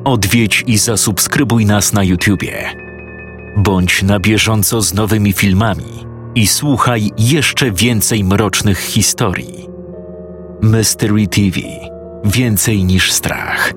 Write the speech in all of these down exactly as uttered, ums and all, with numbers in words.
Odwiedź i zasubskrybuj nas na YouTubie. Bądź na bieżąco z nowymi filmami i słuchaj jeszcze więcej mrocznych historii. Mystery T V. Więcej niż strach.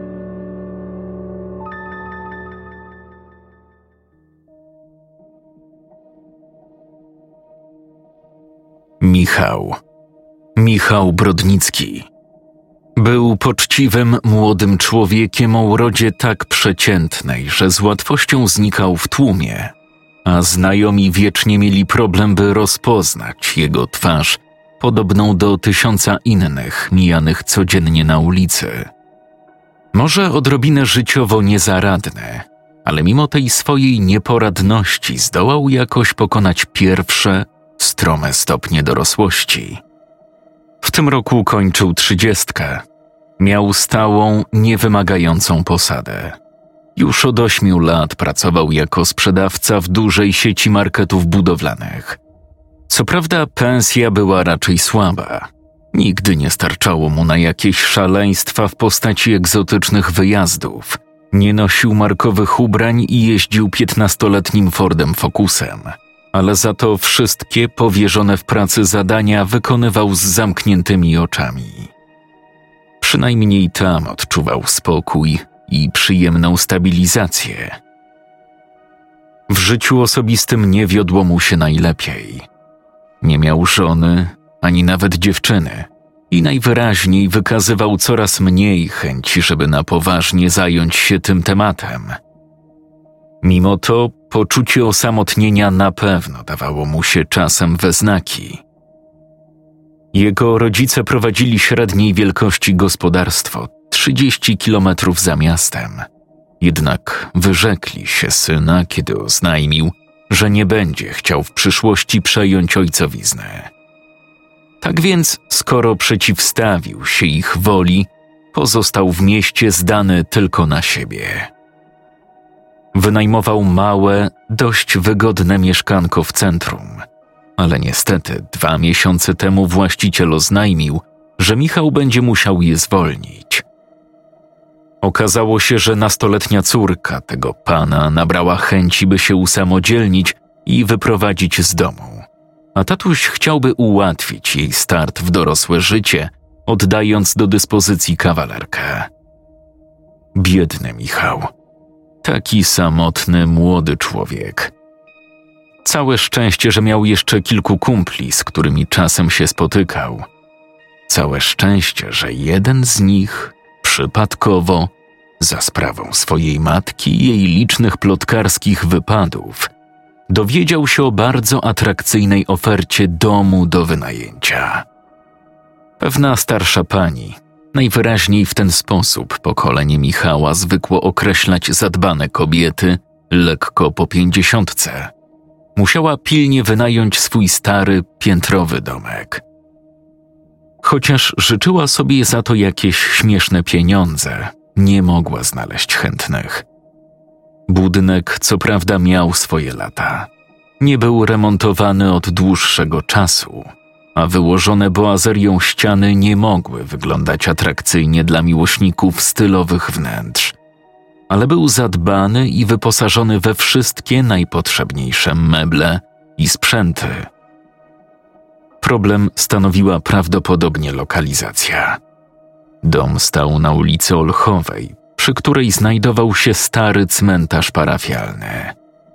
Michał. Michał Brodnicki. Był poczciwym, młodym człowiekiem o urodzie tak przeciętnej, że z łatwością znikał w tłumie, a znajomi wiecznie mieli problem, by rozpoznać jego twarz, podobną do tysiąca innych, mijanych codziennie na ulicy. Może odrobinę życiowo niezaradny, ale mimo tej swojej nieporadności zdołał jakoś pokonać pierwsze, strome stopnie dorosłości. W tym roku kończył trzydziestkę. Miał stałą, niewymagającą posadę. Już od ośmiu lat pracował jako sprzedawca w dużej sieci marketów budowlanych. Co prawda pensja była raczej słaba. Nigdy nie starczało mu na jakieś szaleństwa w postaci egzotycznych wyjazdów. Nie nosił markowych ubrań i jeździł piętnastoletnim Fordem Focusem. Ale za to wszystkie powierzone w pracy zadania wykonywał z zamkniętymi oczami. Przynajmniej tam odczuwał spokój i przyjemną stabilizację. W życiu osobistym nie wiodło mu się najlepiej. Nie miał żony, ani nawet dziewczyny i najwyraźniej wykazywał coraz mniej chęci, żeby na poważnie zająć się tym tematem. Mimo to poczucie osamotnienia na pewno dawało mu się czasem we znaki. Jego rodzice prowadzili średniej wielkości gospodarstwo trzydzieści kilometrów za miastem. Jednak wyrzekli się syna, kiedy oznajmił, że nie będzie chciał w przyszłości przejąć ojcowiznę. Tak więc, skoro przeciwstawił się ich woli, pozostał w mieście zdany tylko na siebie. Wynajmował małe, dość wygodne mieszkanko w centrum, ale niestety dwa miesiące temu właściciel oznajmił, że Michał będzie musiał je zwolnić. Okazało się, że nastoletnia córka tego pana nabrała chęci, by się usamodzielnić i wyprowadzić z domu, a tatuś chciałby ułatwić jej start w dorosłe życie, oddając do dyspozycji kawalerkę. Biedny Michał. Taki samotny, młody człowiek. Całe szczęście, że miał jeszcze kilku kumpli, z którymi czasem się spotykał. Całe szczęście, że jeden z nich, przypadkowo, za sprawą swojej matki i jej licznych plotkarskich wypadów, dowiedział się o bardzo atrakcyjnej ofercie domu do wynajęcia. Pewna starsza pani, najwyraźniej w ten sposób pokolenie Michała zwykło określać zadbane kobiety, lekko po pięćdziesiątce, musiała pilnie wynająć swój stary, piętrowy domek. Chociaż życzyła sobie za to jakieś śmieszne pieniądze, nie mogła znaleźć chętnych. Budynek co prawda miał swoje lata. Nie był remontowany od dłuższego czasu, a wyłożone boazerią ściany nie mogły wyglądać atrakcyjnie dla miłośników stylowych wnętrz, ale był zadbany i wyposażony we wszystkie najpotrzebniejsze meble i sprzęty. Problem stanowiła prawdopodobnie lokalizacja. Dom stał na ulicy Olchowej, przy której znajdował się stary cmentarz parafialny.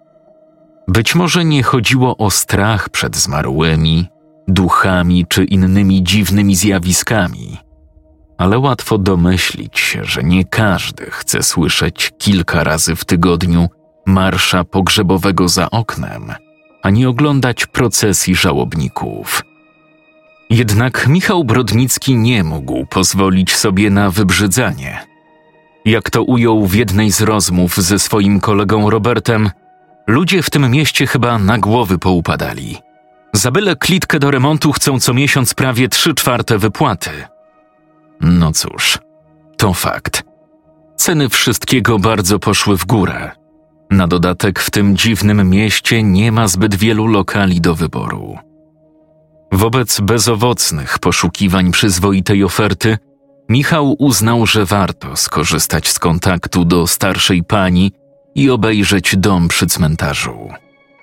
Być może nie chodziło o strach przed zmarłymi, duchami czy innymi dziwnymi zjawiskami, ale łatwo domyślić się, że nie każdy chce słyszeć kilka razy w tygodniu marsza pogrzebowego za oknem, ani oglądać procesji żałobników. Jednak Michał Brodnicki nie mógł pozwolić sobie na wybrzydzanie. Jak to ujął w jednej z rozmów ze swoim kolegą Robertem, ludzie w tym mieście chyba na głowy poupadali. Za byle klitkę do remontu chcą co miesiąc prawie trzy czwarte wypłaty. No cóż, to fakt. Ceny wszystkiego bardzo poszły w górę. Na dodatek w tym dziwnym mieście nie ma zbyt wielu lokali do wyboru. Wobec bezowocnych poszukiwań przyzwoitej oferty Michał uznał, że warto skorzystać z kontaktu do starszej pani i obejrzeć dom przy cmentarzu.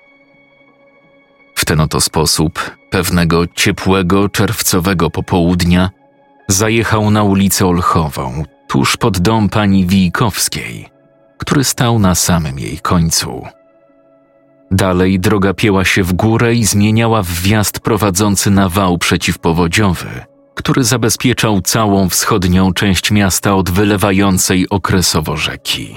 W ten oto sposób, pewnego ciepłego, czerwcowego popołudnia, zajechał na ulicę Olchową, tuż pod dom pani Wijkowskiej, który stał na samym jej końcu. Dalej droga pięła się w górę i zmieniała w wjazd prowadzący na wał przeciwpowodziowy, który zabezpieczał całą wschodnią część miasta od wylewającej okresowo rzeki.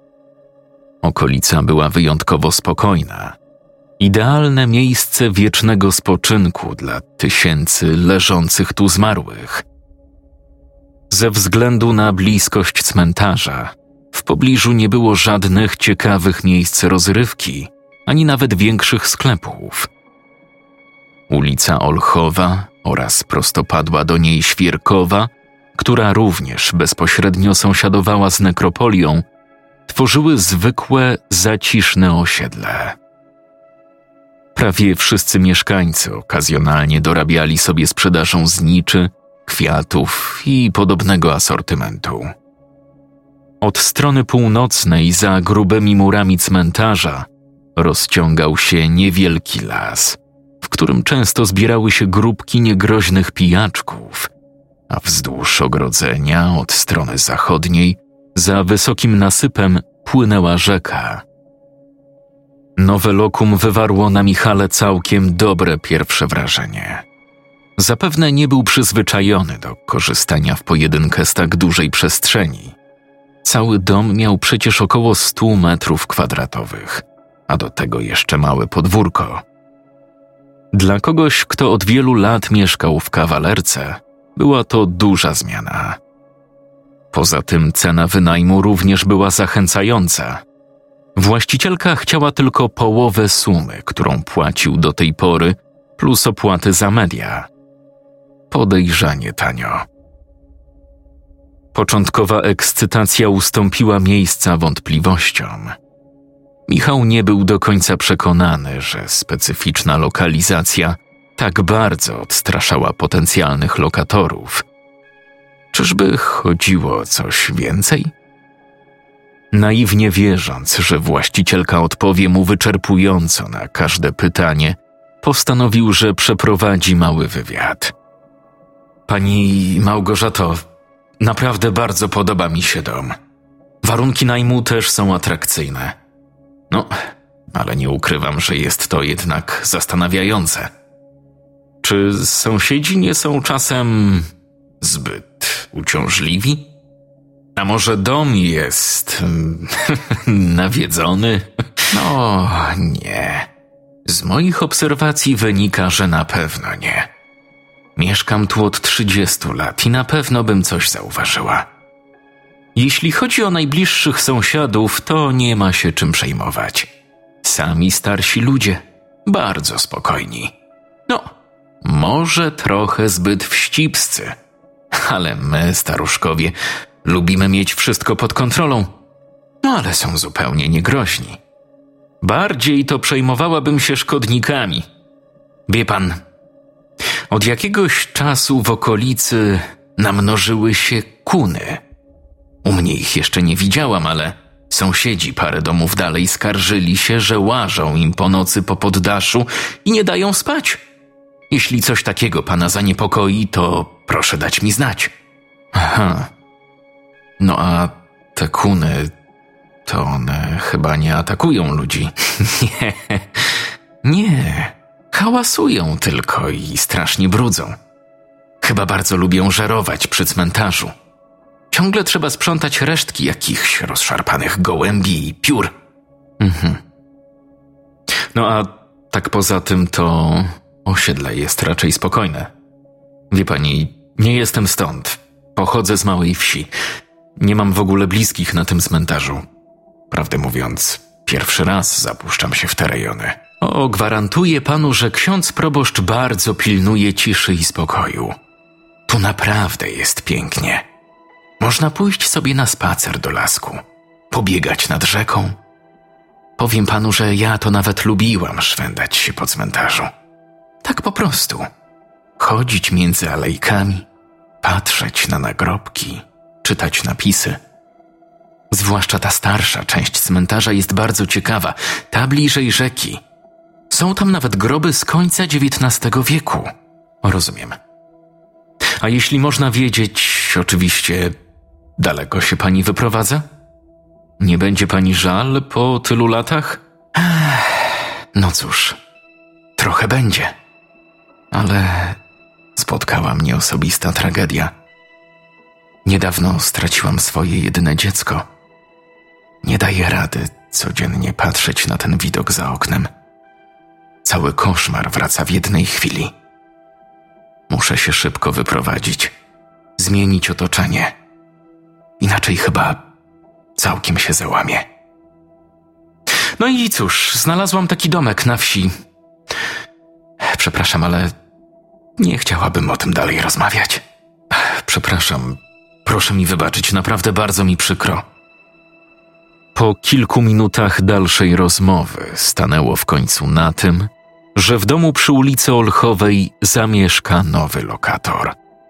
Okolica była wyjątkowo spokojna. Idealne miejsce wiecznego spoczynku dla tysięcy leżących tu zmarłych. Ze względu na bliskość cmentarza, w pobliżu nie było żadnych ciekawych miejsc rozrywki, ani nawet większych sklepów. Ulica Olchowa oraz prostopadła do niej Świerkowa, która również bezpośrednio sąsiadowała z nekropolią, tworzyły zwykłe, zaciszne osiedle. Prawie wszyscy mieszkańcy okazjonalnie dorabiali sobie sprzedażą zniczy, kwiatów i podobnego asortymentu. Od strony północnej, za grubymi murami cmentarza, rozciągał się niewielki las, w którym często zbierały się grupki niegroźnych pijaczków, a wzdłuż ogrodzenia od strony zachodniej, za wysokim nasypem, płynęła rzeka. Nowe lokum wywarło na Michale całkiem dobre pierwsze wrażenie. Zapewne nie był przyzwyczajony do korzystania w pojedynkę z tak dużej przestrzeni. Cały dom miał przecież około stu metrów kwadratowych, a do tego jeszcze małe podwórko. Dla kogoś, kto od wielu lat mieszkał w kawalerce, była to duża zmiana. Poza tym cena wynajmu również była zachęcająca. Właścicielka chciała tylko połowę sumy, którą płacił do tej pory, plus opłaty za media. Podejrzanie tanio. Początkowa ekscytacja ustąpiła miejsca wątpliwościom. Michał nie był do końca przekonany, że specyficzna lokalizacja tak bardzo odstraszała potencjalnych lokatorów. Czyżby chodziło o coś więcej? Naiwnie wierząc, że właścicielka odpowie mu wyczerpująco na każde pytanie, postanowił, że przeprowadzi mały wywiad. Pani Małgorzato, naprawdę bardzo podoba mi się dom. Warunki najmu też są atrakcyjne. No, ale nie ukrywam, że jest to jednak zastanawiające. Czy sąsiedzi nie są czasem zbyt uciążliwi? A może dom jest nawiedzony? No, nie. Z moich obserwacji wynika, że na pewno nie. Mieszkam tu od trzydziestu lat i na pewno bym coś zauważyła. Jeśli chodzi o najbliższych sąsiadów, to nie ma się czym przejmować. Sami starsi ludzie, bardzo spokojni. No, może trochę zbyt wścibscy, ale my, staruszkowie, lubimy mieć wszystko pod kontrolą. No ale są zupełnie niegroźni. Bardziej to przejmowałabym się szkodnikami. Wie pan, od jakiegoś czasu w okolicy namnożyły się kuny. U mnie ich jeszcze nie widziałam, ale sąsiedzi parę domów dalej skarżyli się, że łażą im po nocy po poddaszu i nie dają spać. Jeśli coś takiego pana zaniepokoi, to proszę dać mi znać. Aha. No a te kuny, to one chyba nie atakują ludzi. Nie, nie. Hałasują tylko i strasznie brudzą. Chyba bardzo lubią żerować przy cmentarzu. Ciągle trzeba sprzątać resztki jakichś rozszarpanych gołębi i piór. Mhm. No a tak poza tym to osiedle jest raczej spokojne. Wie pani, nie jestem stąd. Pochodzę z małej wsi. Nie mam w ogóle bliskich na tym cmentarzu. Prawdę mówiąc, pierwszy raz zapuszczam się w te rejony. O, gwarantuję panu, że ksiądz proboszcz bardzo pilnuje ciszy i spokoju. Tu naprawdę jest pięknie. Można pójść sobie na spacer do lasku, pobiegać nad rzeką. Powiem panu, że ja to nawet lubiłam szwendać się po cmentarzu. Tak po prostu. Chodzić między alejkami, patrzeć na nagrobki, czytać napisy. Zwłaszcza ta starsza część cmentarza jest bardzo ciekawa, ta bliżej rzeki. Są tam nawet groby z końca dziewiętnastego wieku. Rozumiem. A jeśli można wiedzieć, oczywiście, daleko się pani wyprowadza? Nie będzie pani żal po tylu latach? Ech, no cóż, trochę będzie. Ale spotkała mnie osobista tragedia. Niedawno straciłam swoje jedyne dziecko. Nie daję rady codziennie patrzeć na ten widok za oknem. Cały koszmar wraca w jednej chwili. Muszę się szybko wyprowadzić, zmienić otoczenie. Inaczej chyba całkiem się załamie. No i cóż, znalazłam taki domek na wsi. Przepraszam, ale nie chciałabym o tym dalej rozmawiać. Przepraszam, proszę mi wybaczyć, naprawdę bardzo mi przykro. Po kilku minutach dalszej rozmowy stanęło w końcu na tym, że w domu przy ulicy Olchowej zamieszka nowy lokator.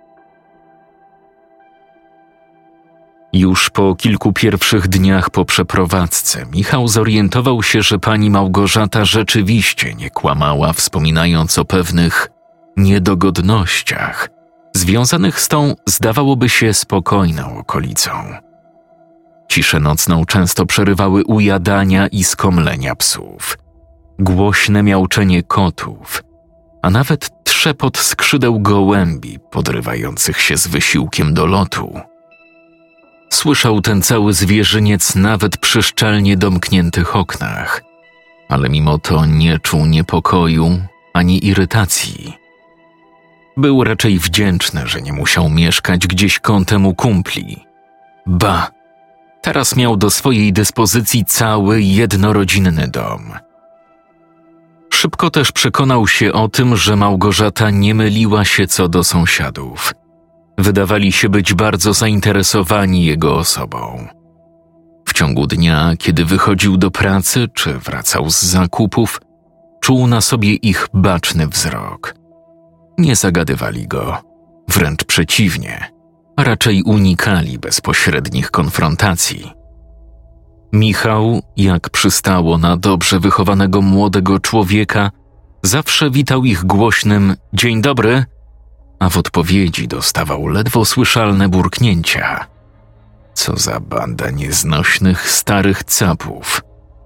Już po kilku pierwszych dniach po przeprowadzce Michał zorientował się, że pani Małgorzata rzeczywiście nie kłamała, wspominając o pewnych niedogodnościach związanych z tą, zdawałoby się, spokojną okolicą. Ciszę nocną często przerywały ujadania i skomlenia psów, głośne miauczenie kotów, a nawet trzepot skrzydeł gołębi podrywających się z wysiłkiem do lotu. Słyszał ten cały zwierzyniec nawet przy szczelnie domkniętych oknach, ale mimo to nie czuł niepokoju ani irytacji. Był raczej wdzięczny, że nie musiał mieszkać gdzieś kątem u kumpli. Ba, teraz miał do swojej dyspozycji cały jednorodzinny dom. Szybko też przekonał się o tym, że Małgorzata nie myliła się co do sąsiadów. Wydawali się być bardzo zainteresowani jego osobą. W ciągu dnia, kiedy wychodził do pracy czy wracał z zakupów, czuł na sobie ich baczny wzrok. Nie zagadywali go, wręcz przeciwnie, a raczej unikali bezpośrednich konfrontacji. Michał, jak przystało na dobrze wychowanego młodego człowieka, zawsze witał ich głośnym „dzień dobry”, a w odpowiedzi dostawał ledwo słyszalne burknięcia. Co za banda nieznośnych starych capów.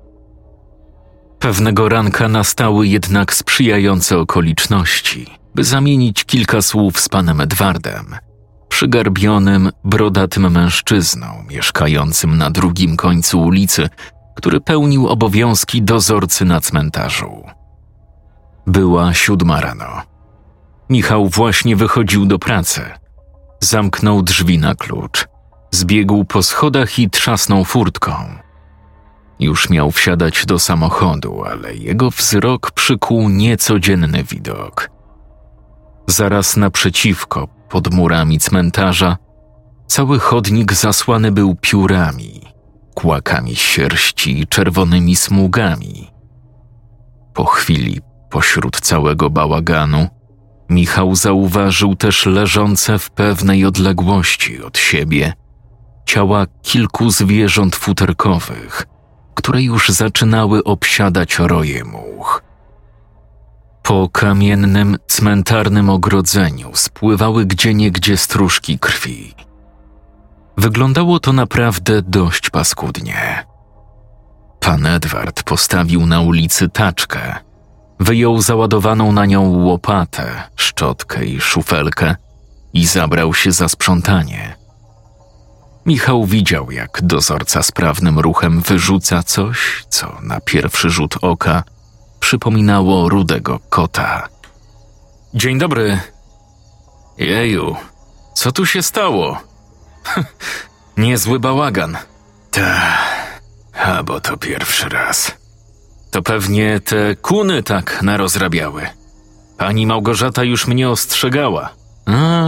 Pewnego ranka nastały jednak sprzyjające okoliczności, by zamienić kilka słów z panem Edwardem, przygarbionym, brodatym mężczyzną mieszkającym na drugim końcu ulicy, który pełnił obowiązki dozorcy na cmentarzu. Była siódma rano. Michał właśnie wychodził do pracy. Zamknął drzwi na klucz, zbiegł po schodach i trzasnął furtką. Już miał wsiadać do samochodu, ale jego wzrok przykuł niecodzienny widok. Zaraz naprzeciwko, pod murami cmentarza, cały chodnik zasłany był piórami, kłakami sierści i czerwonymi smugami. Po chwili, pośród całego bałaganu, Michał zauważył też leżące w pewnej odległości od siebie ciała kilku zwierząt futerkowych, które już zaczynały obsiadać roje much. Po kamiennym, cmentarnym ogrodzeniu spływały gdzieniegdzie stróżki krwi. Wyglądało to naprawdę dość paskudnie. Pan Edward postawił na ulicy taczkę, wyjął załadowaną na nią łopatę, szczotkę i szufelkę i zabrał się za sprzątanie. Michał widział, jak dozorca sprawnym ruchem wyrzuca coś, co na pierwszy rzut oka przypominało rudego kota. „Dzień dobry”. „Jeju, co tu się stało?” „Niezły bałagan”. Ta, a bo to pierwszy raz. „To pewnie te kuny tak narozrabiały. Pani Małgorzata już mnie ostrzegała”. A,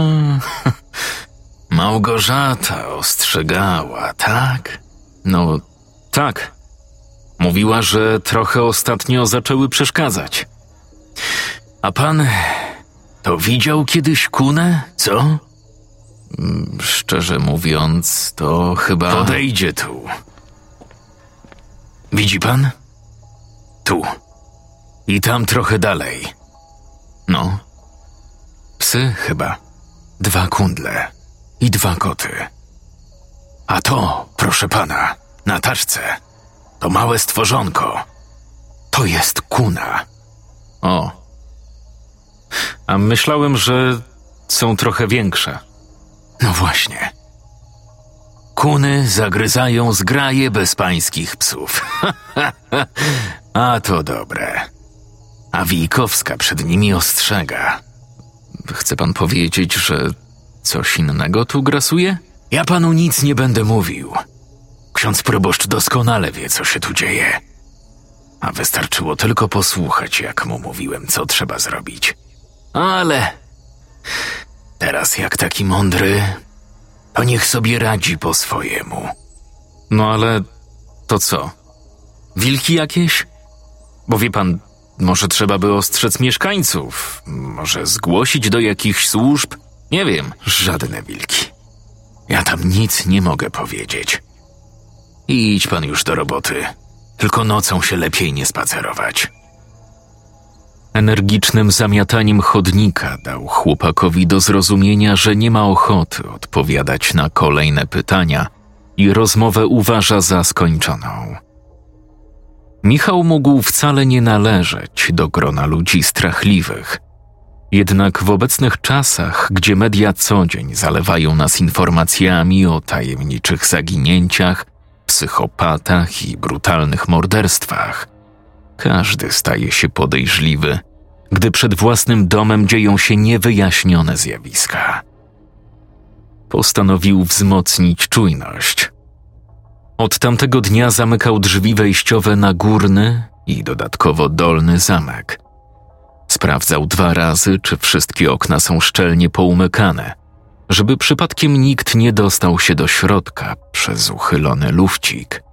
Małgorzata ostrzegała, tak? „No, tak. Mówiła, że trochę ostatnio zaczęły przeszkadzać”. „A pan to widział kiedyś kunę, co?” Szczerze mówiąc, to chyba... Podejdzie tu. Widzi pan? Tu. I tam trochę dalej. No, Psy chyba. Dwa kundle. I dwa koty. A to, proszę pana, na taczce, to małe stworzonko. To jest kuna. o. A myślałem, że są trochę większe. No właśnie. Kuny zagryzają zgraje bezpańskich psów. A to dobre. A Wijkowska przed nimi ostrzega. Chce pan powiedzieć, że coś innego tu grasuje? Ja panu nic nie będę mówił. Ksiądz proboszcz doskonale wie, co się tu dzieje. A wystarczyło tylko posłuchać, jak mu mówiłem, co trzeba zrobić. Ale teraz jak taki mądry, to niech sobie radzi po swojemu. No ale to co? Wilki jakieś? Bo wie pan, może trzeba by ostrzec mieszkańców, może zgłosić do jakichś służb? Nie wiem. Żadne wilki. Ja tam nic nie mogę powiedzieć. Idź pan już do roboty. Tylko nocą się lepiej nie spacerować. Energicznym zamiataniem chodnika dał chłopakowi do zrozumienia, że nie ma ochoty odpowiadać na kolejne pytania i rozmowę uważa za skończoną. Michał mógł wcale nie należeć do grona ludzi strachliwych. Jednak w obecnych czasach, gdzie media co dzień zalewają nas informacjami o tajemniczych zaginięciach, psychopatach i brutalnych morderstwach, każdy staje się podejrzliwy, gdy przed własnym domem dzieją się niewyjaśnione zjawiska. Postanowił wzmocnić czujność. Od tamtego dnia zamykał drzwi wejściowe na górny i dodatkowo dolny zamek. Sprawdzał dwa razy, czy wszystkie okna są szczelnie poumykane, żeby przypadkiem nikt nie dostał się do środka przez uchylony lufcik.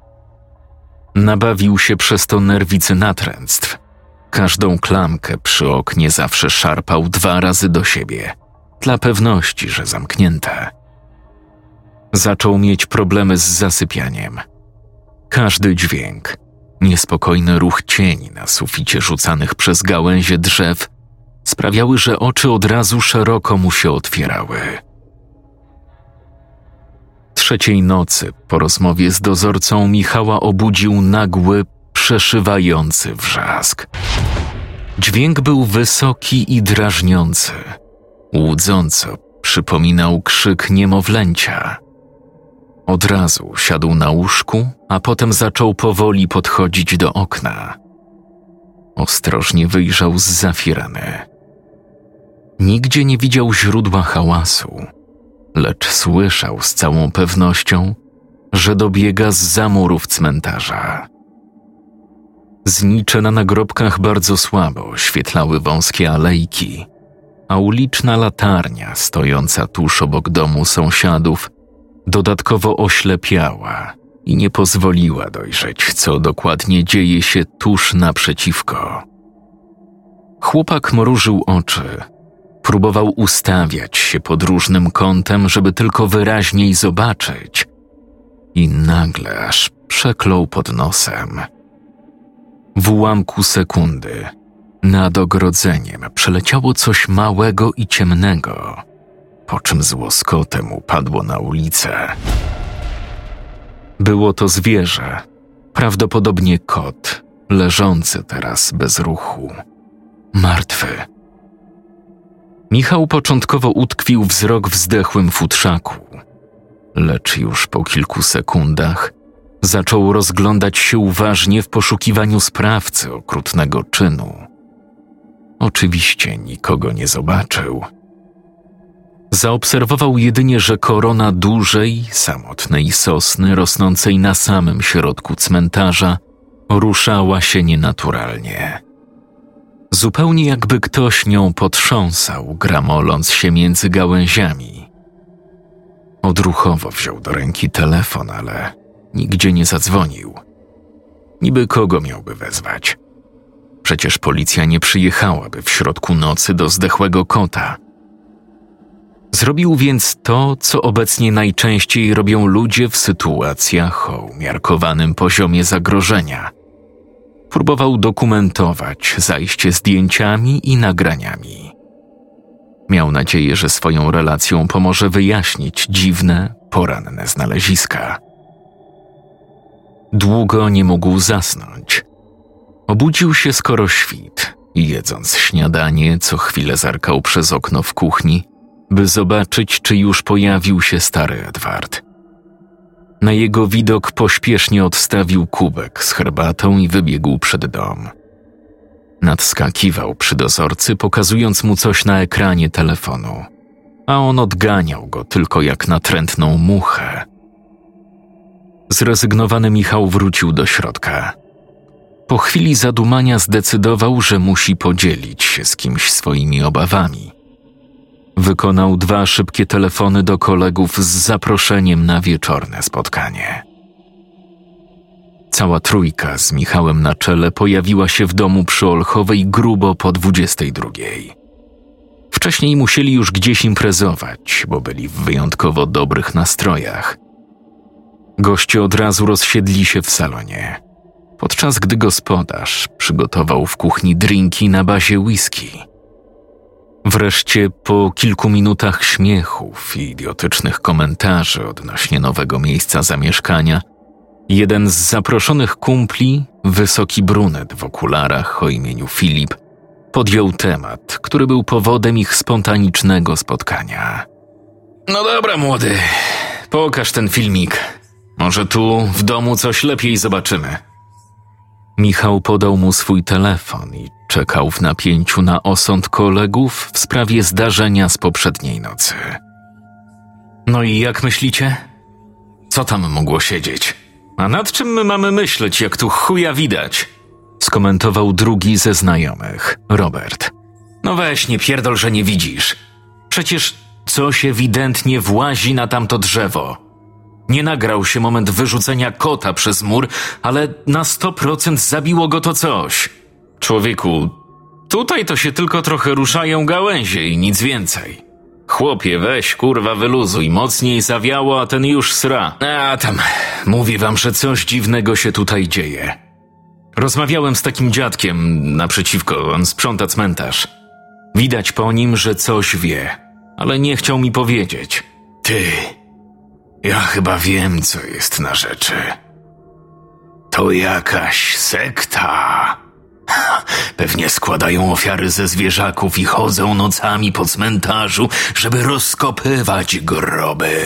Nabawił się przez to nerwicy natręctw. Każdą klamkę przy oknie zawsze szarpał dwa razy do siebie, dla pewności, że zamknięte. Zaczął mieć problemy z zasypianiem. Każdy dźwięk, niespokojny ruch cieni na suficie rzucanych przez gałęzie drzew sprawiały, że oczy od razu szeroko mu się otwierały. Trzeciej nocy po rozmowie z dozorcą Michała obudził nagły, przeszywający wrzask. Dźwięk był wysoki i drażniący. Łudząco przypominał krzyk niemowlęcia. Od razu siadł na łóżku, a potem zaczął powoli podchodzić do okna. Ostrożnie wyjrzał zza firany. Nigdzie nie widział źródła hałasu, lecz słyszał z całą pewnością, że dobiega zza murów cmentarza. Znicze na nagrobkach bardzo słabo oświetlały wąskie alejki, a uliczna latarnia stojąca tuż obok domu sąsiadów dodatkowo oślepiała i nie pozwoliła dojrzeć, co dokładnie dzieje się tuż naprzeciwko. Chłopak mrużył oczy, próbował ustawiać się pod różnym kątem, żeby tylko wyraźniej zobaczyć, i nagle aż przeklął pod nosem. W ułamku sekundy nad ogrodzeniem przeleciało coś małego i ciemnego, po czym z łoskotem upadło na ulicę. Było to zwierzę, prawdopodobnie kot, leżący teraz bez ruchu, martwy. Michał początkowo utkwił wzrok w zdechłym futrzaku, lecz już po kilku sekundach zaczął rozglądać się uważnie w poszukiwaniu sprawcy okrutnego czynu. Oczywiście nikogo nie zobaczył. Zaobserwował jedynie, że korona dużej, samotnej sosny rosnącej na samym środku cmentarza ruszała się nienaturalnie. Zupełnie jakby ktoś nią potrząsał, gramoląc się między gałęziami. Odruchowo wziął do ręki telefon, ale nigdzie nie zadzwonił. Niby kogo miałby wezwać? Przecież policja nie przyjechałaby w środku nocy do zdechłego kota. Zrobił więc to, co obecnie najczęściej robią ludzie w sytuacjach o umiarkowanym poziomie zagrożenia. Próbował dokumentować zajście zdjęciami i nagraniami. Miał nadzieję, że swoją relacją pomoże wyjaśnić dziwne, poranne znaleziska. Długo nie mógł zasnąć. Obudził się skoro świt i jedząc śniadanie, co chwilę zerkał przez okno w kuchni, by zobaczyć, czy już pojawił się stary Edward. Na jego widok pośpiesznie odstawił kubek z herbatą i wybiegł przed dom. Nadskakiwał przy dozorcy, pokazując mu coś na ekranie telefonu, a on odganiał go tylko jak natrętną muchę. Zrezygnowany Michał wrócił do środka. Po chwili zadumania zdecydował, że musi podzielić się z kimś swoimi obawami. Wykonał dwa szybkie telefony do kolegów z zaproszeniem na wieczorne spotkanie. Cała trójka z Michałem na czele pojawiła się w domu przy Olchowej grubo po dwudziestej drugiej. Wcześniej musieli już gdzieś imprezować, bo byli w wyjątkowo dobrych nastrojach. Goście od razu rozsiedli się w salonie, podczas gdy gospodarz przygotował w kuchni drinki na bazie whisky. Wreszcie po kilku minutach śmiechów i idiotycznych komentarzy odnośnie nowego miejsca zamieszkania, jeden z zaproszonych kumpli, wysoki brunet w okularach o imieniu Filip, podjął temat, który był powodem ich spontanicznego spotkania. No dobra, młody, pokaż ten filmik. Może tu w domu coś lepiej zobaczymy. Michał podał mu swój telefon i czekał w napięciu na osąd kolegów w sprawie zdarzenia z poprzedniej nocy. No i jak myślicie? Co tam mogło siedzieć? A nad czym my mamy myśleć, jak tu chuja widać? Skomentował drugi ze znajomych, Robert. No weź, nie pierdol, że nie widzisz. Przecież coś ewidentnie włazi na tamto drzewo. Nie nagrał się moment wyrzucenia kota przez mur, ale na sto procent zabiło go to coś. Człowieku, tutaj to się tylko trochę ruszają gałęzie i nic więcej. Chłopie, weź, kurwa, wyluzuj, mocniej zawiało, a ten już sra. A tam, mówię wam, że coś dziwnego się tutaj dzieje. Rozmawiałem z takim dziadkiem naprzeciwko, on sprząta cmentarz. Widać po nim, że coś wie, ale nie chciał mi powiedzieć. Ty... Ja chyba wiem, co jest na rzeczy. To jakaś sekta. Pewnie składają ofiary ze zwierzaków i chodzą nocami po cmentarzu, żeby rozkopywać groby.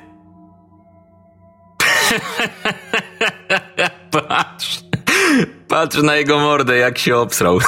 Patrz, patrz na jego mordę, jak się obsrał.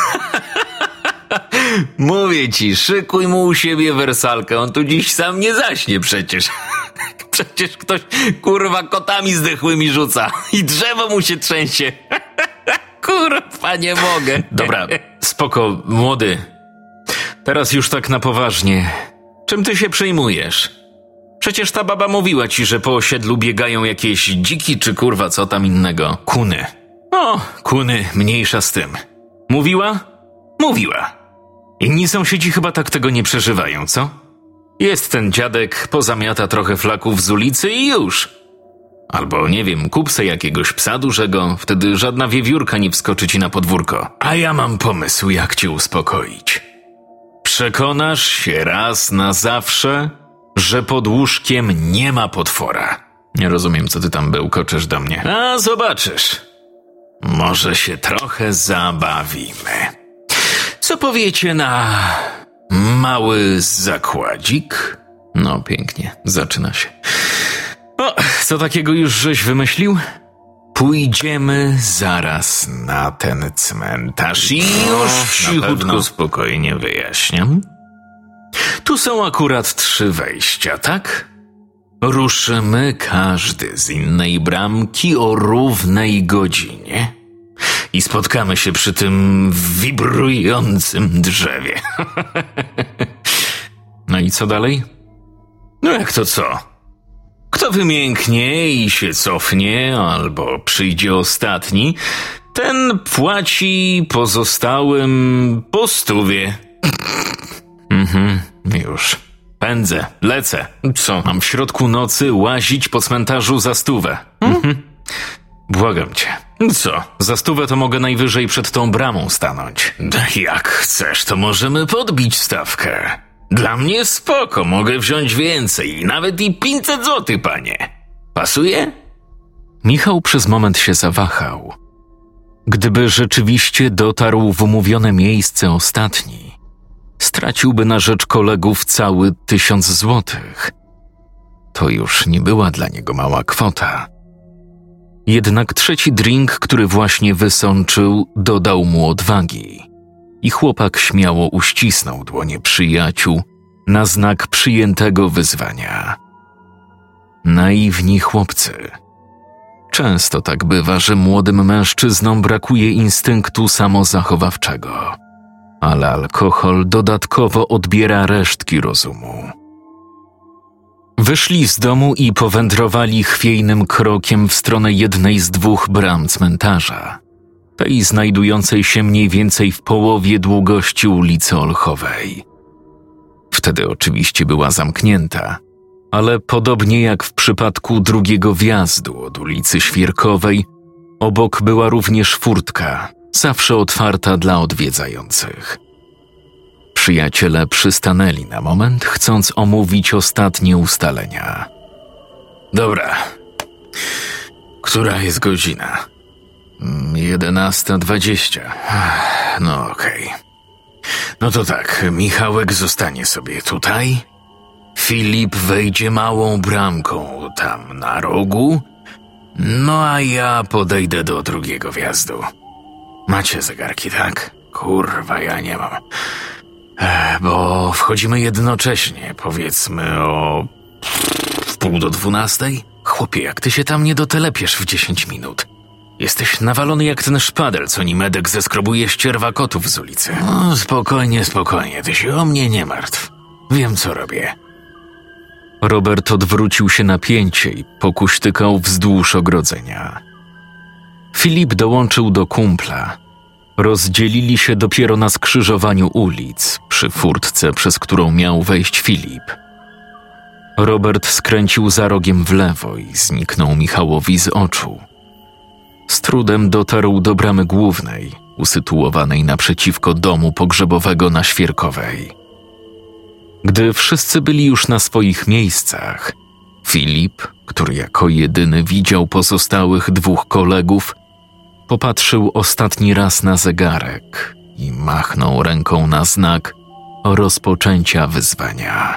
Mówię ci, szykuj mu u siebie wersalkę, on tu dziś sam nie zaśnie przecież. Przecież ktoś, kurwa, kotami zdechłymi rzuca i drzewo mu się trzęsie. Kurwa, nie mogę. Dobra, spoko, młody. Teraz już tak na poważnie. Czym ty się przejmujesz? Przecież ta baba mówiła ci, że po osiedlu biegają jakieś dziki czy kurwa co tam innego. Kuny. O, kuny, mniejsza z tym. Mówiła? Mówiła. Inni sąsiedzi chyba tak tego nie przeżywają, co? Jest ten dziadek, pozamiata trochę flaków z ulicy i już. Albo, nie wiem, kup se jakiegoś psa dużego, wtedy żadna wiewiórka nie wskoczy ci na podwórko. A ja mam pomysł, jak cię uspokoić. Przekonasz się raz na zawsze, że pod łóżkiem nie ma potwora. Nie rozumiem, co ty tam bełkoczesz do mnie. A zobaczysz. Może się trochę zabawimy. Co powiecie na mały zakładzik? No pięknie, zaczyna się. O, co takiego już żeś wymyślił? Pójdziemy zaraz na ten cmentarz i już cichutko, spokojnie wyjaśniam. Tu są akurat trzy wejścia, tak? Ruszymy każdy z innej bramki o równej godzinie i spotkamy się przy tym wibrującym drzewie. No i co dalej? No jak to co? Kto wymięknie i się cofnie, albo przyjdzie ostatni, ten płaci pozostałym po stówie. Mhm, już. Pędzę, lecę. Co, mam w środku nocy łazić po cmentarzu za stówę? Mhm. Błagam cię. Co? Za stówę to mogę najwyżej przed tą bramą stanąć. Jak chcesz, to możemy podbić stawkę. Dla mnie spoko, mogę wziąć więcej, nawet i pięćset złotych, panie. Pasuje? Michał przez moment się zawahał. Gdyby rzeczywiście dotarł w umówione miejsce ostatni, straciłby na rzecz kolegów cały tysiąc złotych. To już nie była dla niego mała kwota. Jednak trzeci drink, który właśnie wysączył, dodał mu odwagi i chłopak śmiało uścisnął dłonie przyjaciół na znak przyjętego wyzwania. Naiwni chłopcy. Często tak bywa, że młodym mężczyznom brakuje instynktu samozachowawczego, ale alkohol dodatkowo odbiera resztki rozumu. Wyszli z domu i powędrowali chwiejnym krokiem w stronę jednej z dwóch bram cmentarza, tej znajdującej się mniej więcej w połowie długości ulicy Olchowej. Wtedy oczywiście była zamknięta, ale podobnie jak w przypadku drugiego wjazdu od ulicy Świerkowej, obok była również furtka, zawsze otwarta dla odwiedzających. Przyjaciele przystanęli na moment, chcąc omówić ostatnie ustalenia. Dobra. Która jest godzina? jedenasta dwadzieścia. No okej. Okay. No to tak, Michałek zostanie sobie tutaj. Filip wejdzie małą bramką tam na rogu. No a ja podejdę do drugiego wjazdu. Macie zegarki, tak? Kurwa, ja nie mam. Bo wchodzimy jednocześnie, powiedzmy o wpół do dwunastej? Chłopie, jak ty się tam nie dotelepiesz w dziesięć minut? Jesteś nawalony jak ten szpadel, co Nimedek zeskrobuje ścierwa kotów z ulicy. No, spokojnie, spokojnie, ty się o mnie nie martw. Wiem, co robię. Robert odwrócił się na pięcie i pokuśtykał wzdłuż ogrodzenia. Filip dołączył do kumpla. Rozdzielili się dopiero na skrzyżowaniu ulic, przy furtce, przez którą miał wejść Filip. Robert skręcił za rogiem w lewo i zniknął Michałowi z oczu. Z trudem dotarł do bramy głównej, usytuowanej naprzeciwko domu pogrzebowego na Świerkowej. Gdy wszyscy byli już na swoich miejscach, Filip, który jako jedyny widział pozostałych dwóch kolegów, popatrzył ostatni raz na zegarek i machnął ręką na znak rozpoczęcia wyzwania.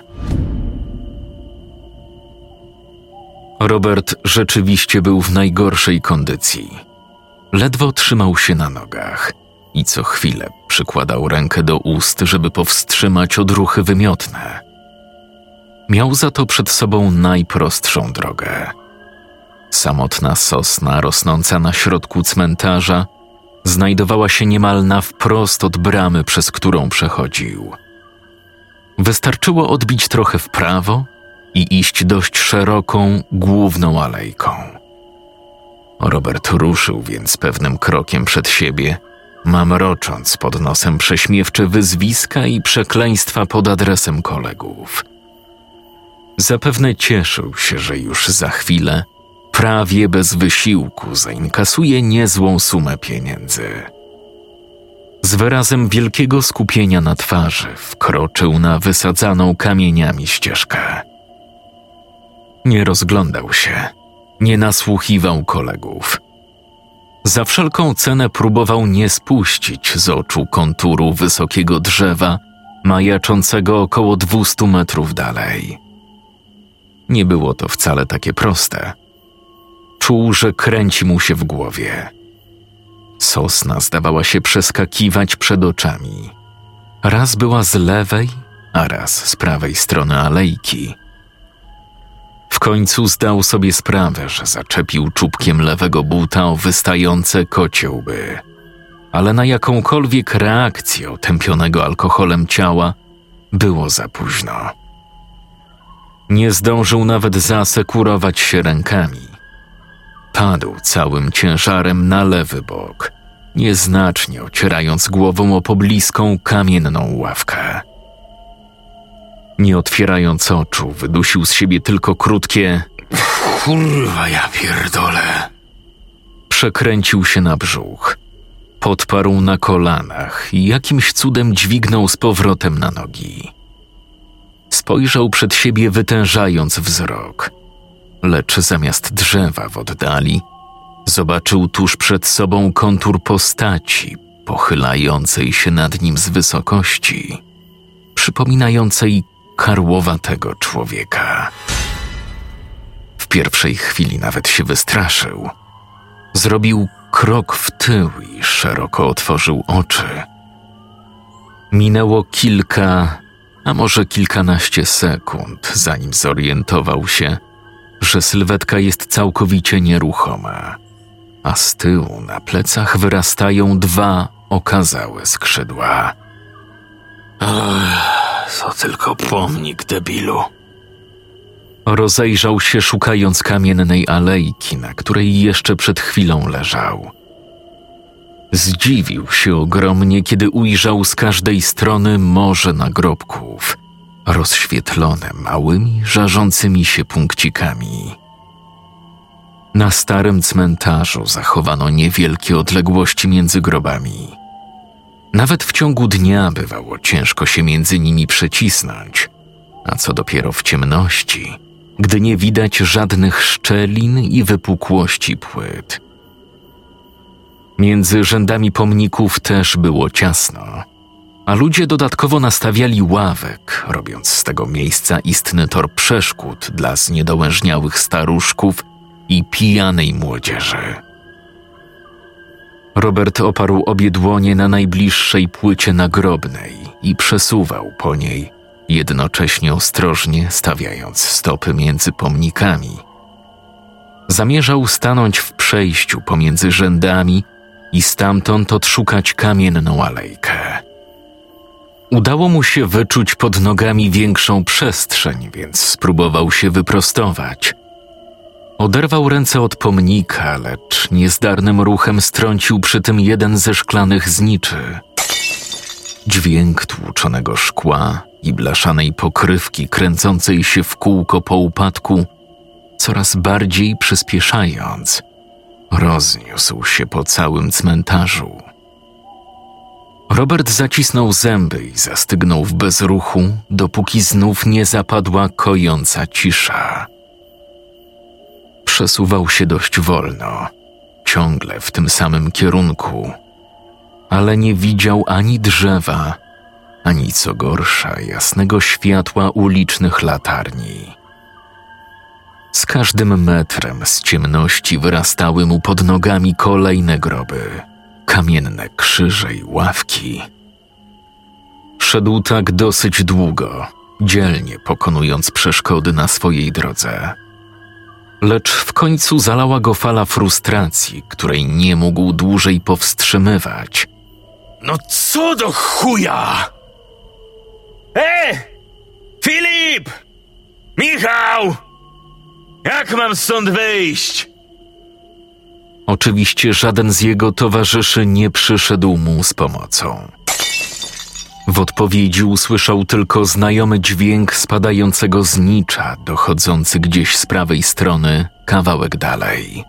Robert rzeczywiście był w najgorszej kondycji. Ledwo trzymał się na nogach i co chwilę przykładał rękę do ust, żeby powstrzymać odruchy wymiotne. Miał za to przed sobą najprostszą drogę. Samotna sosna rosnąca na środku cmentarza znajdowała się niemal na wprost od bramy, przez którą przechodził. Wystarczyło odbić trochę w prawo i iść dość szeroką, główną alejką. Robert ruszył więc pewnym krokiem przed siebie, mamrocząc pod nosem prześmiewcze wyzwiska i przekleństwa pod adresem kolegów. Zapewne cieszył się, że już za chwilę, prawie bez wysiłku, zainkasuje niezłą sumę pieniędzy. Z wyrazem wielkiego skupienia na twarzy wkroczył na wysadzaną kamieniami ścieżkę. Nie rozglądał się, nie nasłuchiwał kolegów. Za wszelką cenę próbował nie spuścić z oczu konturu wysokiego drzewa, majaczącego około dwustu metrów dalej. Nie było to wcale takie proste. Czuł, że kręci mu się w głowie. Sosna zdawała się przeskakiwać przed oczami. Raz była z lewej, a raz z prawej strony alejki. W końcu zdał sobie sprawę, że zaczepił czubkiem lewego buta o wystające kocie łby. Ale na jakąkolwiek reakcję otępionego alkoholem ciała było za późno. Nie zdążył nawet zaasekurować się rękami. Padł całym ciężarem na lewy bok, nieznacznie ocierając głową o pobliską kamienną ławkę. Nie otwierając oczu, wydusił z siebie tylko krótkie Kurwa, ja pierdolę. Przekręcił się na brzuch. Podparł na kolanach i jakimś cudem dźwignął z powrotem na nogi. Spojrzał przed siebie, wytężając wzrok, lecz zamiast drzewa w oddali zobaczył tuż przed sobą kontur postaci pochylającej się nad nim z wysokości, przypominającej karłowatego człowieka. W pierwszej chwili nawet się wystraszył. Zrobił krok w tył i szeroko otworzył oczy. Minęło kilka, a może kilkanaście sekund, zanim zorientował się, że sylwetka jest całkowicie nieruchoma, a z tyłu na plecach wyrastają dwa okazałe skrzydła. Ach, to tylko pomnik, debilu. Rozejrzał się, szukając kamiennej alejki, na której jeszcze przed chwilą leżał. Zdziwił się ogromnie, kiedy ujrzał z każdej strony morze nagrobków, rozświetlone małymi, żarzącymi się punkcikami. Na starym cmentarzu zachowano niewielkie odległości między grobami. Nawet w ciągu dnia bywało ciężko się między nimi przecisnąć, a co dopiero w ciemności, gdy nie widać żadnych szczelin i wypukłości płyt. Między rzędami pomników też było ciasno, a ludzie dodatkowo nastawiali ławek, robiąc z tego miejsca istny tor przeszkód dla zniedołężniałych staruszków i pijanej młodzieży. Robert oparł obie dłonie na najbliższej płycie nagrobnej i przesuwał po niej, jednocześnie ostrożnie stawiając stopy między pomnikami. Zamierzał stanąć w przejściu pomiędzy rzędami i stamtąd odszukać kamienną alejkę. Udało mu się wyczuć pod nogami większą przestrzeń, więc spróbował się wyprostować. Oderwał ręce od pomnika, lecz niezdarnym ruchem strącił przy tym jeden ze szklanych zniczy. Dźwięk tłuczonego szkła i blaszanej pokrywki kręcącej się w kółko po upadku, coraz bardziej przyspieszając, rozniósł się po całym cmentarzu. Robert zacisnął zęby i zastygnął w bezruchu, dopóki znów nie zapadła kojąca cisza. Przesuwał się dość wolno, ciągle w tym samym kierunku, ale nie widział ani drzewa, ani co gorsza jasnego światła ulicznych latarni. Z każdym metrem z ciemności wyrastały mu pod nogami kolejne groby, kamienne krzyże i ławki. Szedł tak dosyć długo, dzielnie pokonując przeszkody na swojej drodze. Lecz w końcu zalała go fala frustracji, której nie mógł dłużej powstrzymywać. No co do chuja! E! Filip! Michał! Jak mam stąd wyjść? Oczywiście żaden z jego towarzyszy nie przyszedł mu z pomocą. W odpowiedzi usłyszał tylko znajomy dźwięk spadającego znicza, dochodzący gdzieś z prawej strony, kawałek dalej.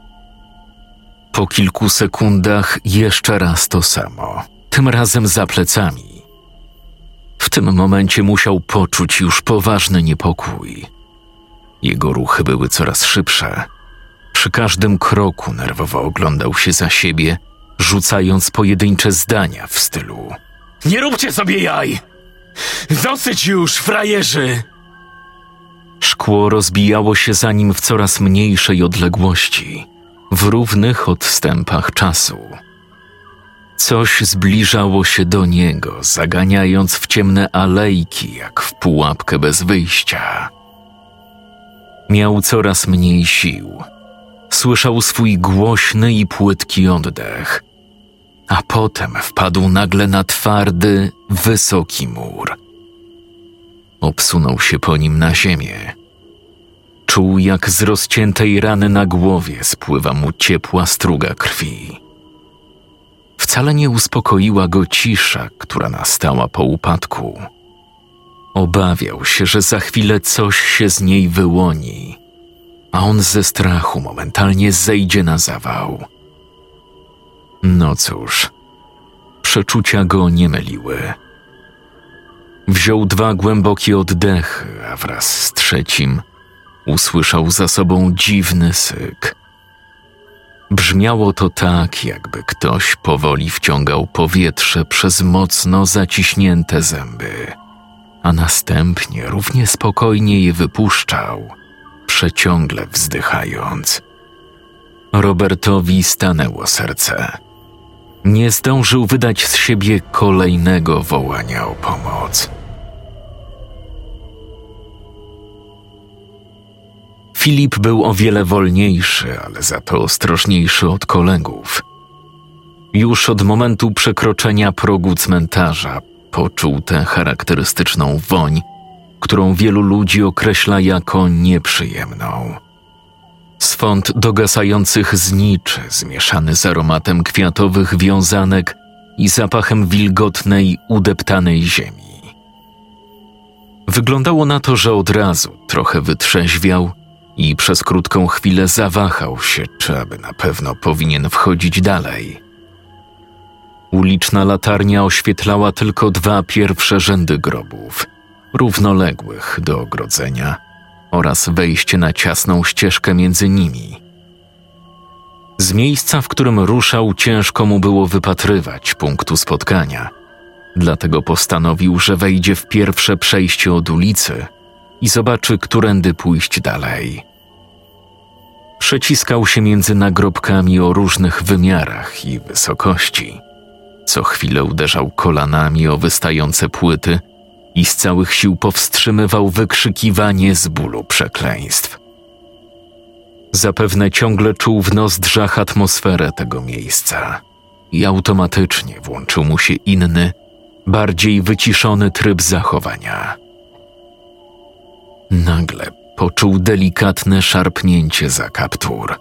Po kilku sekundach jeszcze raz to samo, tym razem za plecami. W tym momencie musiał poczuć już poważny niepokój. Jego ruchy były coraz szybsze. Przy każdym kroku nerwowo oglądał się za siebie, rzucając pojedyncze zdania w stylu: Nie róbcie sobie jaj! Dosyć już, frajerzy! Szkło rozbijało się za nim w coraz mniejszej odległości, w równych odstępach czasu. Coś zbliżało się do niego, zaganiając w ciemne alejki, jak w pułapkę bez wyjścia. Miał coraz mniej sił. Słyszał swój głośny i płytki oddech, a potem wpadł nagle na twardy, wysoki mur. Obsunął się po nim na ziemię. Czuł, jak z rozciętej rany na głowie spływa mu ciepła struga krwi. Wcale nie uspokoiła go cisza, która nastała po upadku. Obawiał się, że za chwilę coś się z niej wyłoni, a on ze strachu momentalnie zejdzie na zawał. No cóż, przeczucia go nie myliły. Wziął dwa głębokie oddechy, a wraz z trzecim usłyszał za sobą dziwny syk. Brzmiało to tak, jakby ktoś powoli wciągał powietrze przez mocno zaciśnięte zęby, a następnie równie spokojnie je wypuszczał, przeciągle wzdychając. Robertowi stanęło serce. Nie zdążył wydać z siebie kolejnego wołania o pomoc. Filip był o wiele wolniejszy, ale za to ostrożniejszy od kolegów. Już od momentu przekroczenia progu cmentarza poczuł tę charakterystyczną woń, którą wielu ludzi określa jako nieprzyjemną. Swąd dogasających zniczy zmieszany z aromatem kwiatowych wiązanek i zapachem wilgotnej, udeptanej ziemi. Wyglądało na to, że od razu trochę wytrzeźwiał i przez krótką chwilę zawahał się, czy aby na pewno powinien wchodzić dalej. Uliczna latarnia oświetlała tylko dwa pierwsze rzędy grobów, równoległych do ogrodzenia, oraz wejście na ciasną ścieżkę między nimi. Z miejsca, w którym ruszał, ciężko mu było wypatrywać punktu spotkania, dlatego postanowił, że wejdzie w pierwsze przejście od ulicy i zobaczy, którędy pójść dalej. Przeciskał się między nagrobkami o różnych wymiarach i wysokości. Co chwilę uderzał kolanami o wystające płyty i z całych sił powstrzymywał wykrzykiwanie z bólu przekleństw. Zapewne ciągle czuł w nozdrzach atmosferę tego miejsca i automatycznie włączył mu się inny, bardziej wyciszony tryb zachowania. Nagle poczuł delikatne szarpnięcie za kaptur.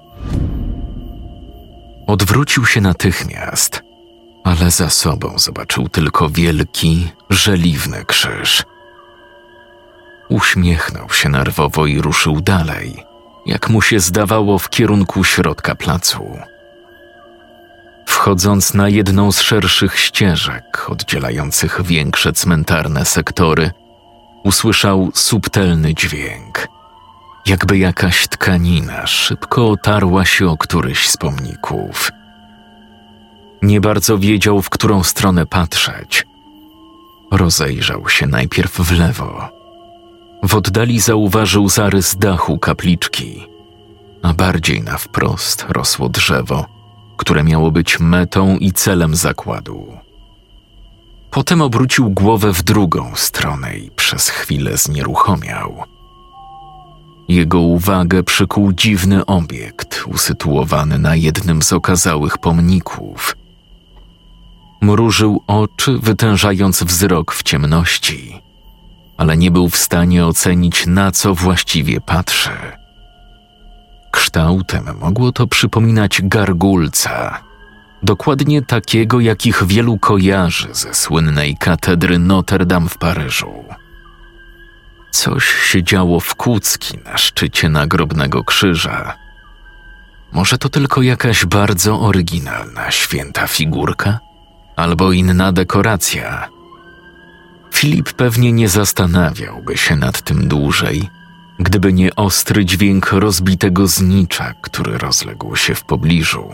Odwrócił się natychmiast, ale za sobą zobaczył tylko wielki, żeliwny krzyż. Uśmiechnął się nerwowo i ruszył dalej, jak mu się zdawało, w kierunku środka placu. Wchodząc na jedną z szerszych ścieżek oddzielających większe cmentarne sektory, usłyszał subtelny dźwięk, jakby jakaś tkanina szybko otarła się o któryś z pomników. Nie bardzo wiedział, w którą stronę patrzeć. Rozejrzał się najpierw w lewo. W oddali zauważył zarys dachu kapliczki, a bardziej na wprost rosło drzewo, które miało być metą i celem zakładu. Potem obrócił głowę w drugą stronę i przez chwilę znieruchomiał. Jego uwagę przykuł dziwny obiekt usytuowany na jednym z okazałych pomników. Mrużył oczy, wytężając wzrok w ciemności, ale nie był w stanie ocenić, na co właściwie patrzy. Kształtem mogło to przypominać gargulca, dokładnie takiego, jakich wielu kojarzy ze słynnej katedry Notre Dame w Paryżu. Coś się działo w kucki na szczycie nagrobnego krzyża. Może to tylko jakaś bardzo oryginalna święta figurka? Albo inna dekoracja? Filip pewnie nie zastanawiałby się nad tym dłużej, gdyby nie ostry dźwięk rozbitego znicza, który rozległ się w pobliżu.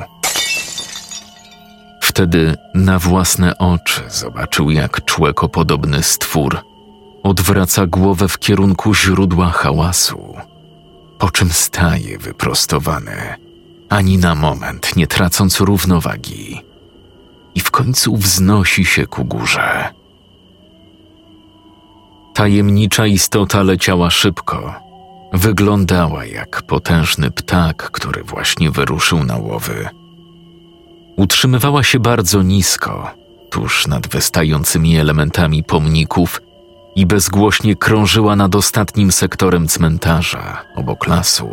Wtedy na własne oczy zobaczył, jak człekopodobny stwór odwraca głowę w kierunku źródła hałasu, po czym staje wyprostowany, ani na moment nie tracąc równowagi, i w końcu wznosi się ku górze. Tajemnicza istota leciała szybko. Wyglądała jak potężny ptak, który właśnie wyruszył na łowy. Utrzymywała się bardzo nisko, tuż nad wystającymi elementami pomników i bezgłośnie krążyła nad ostatnim sektorem cmentarza, obok lasu.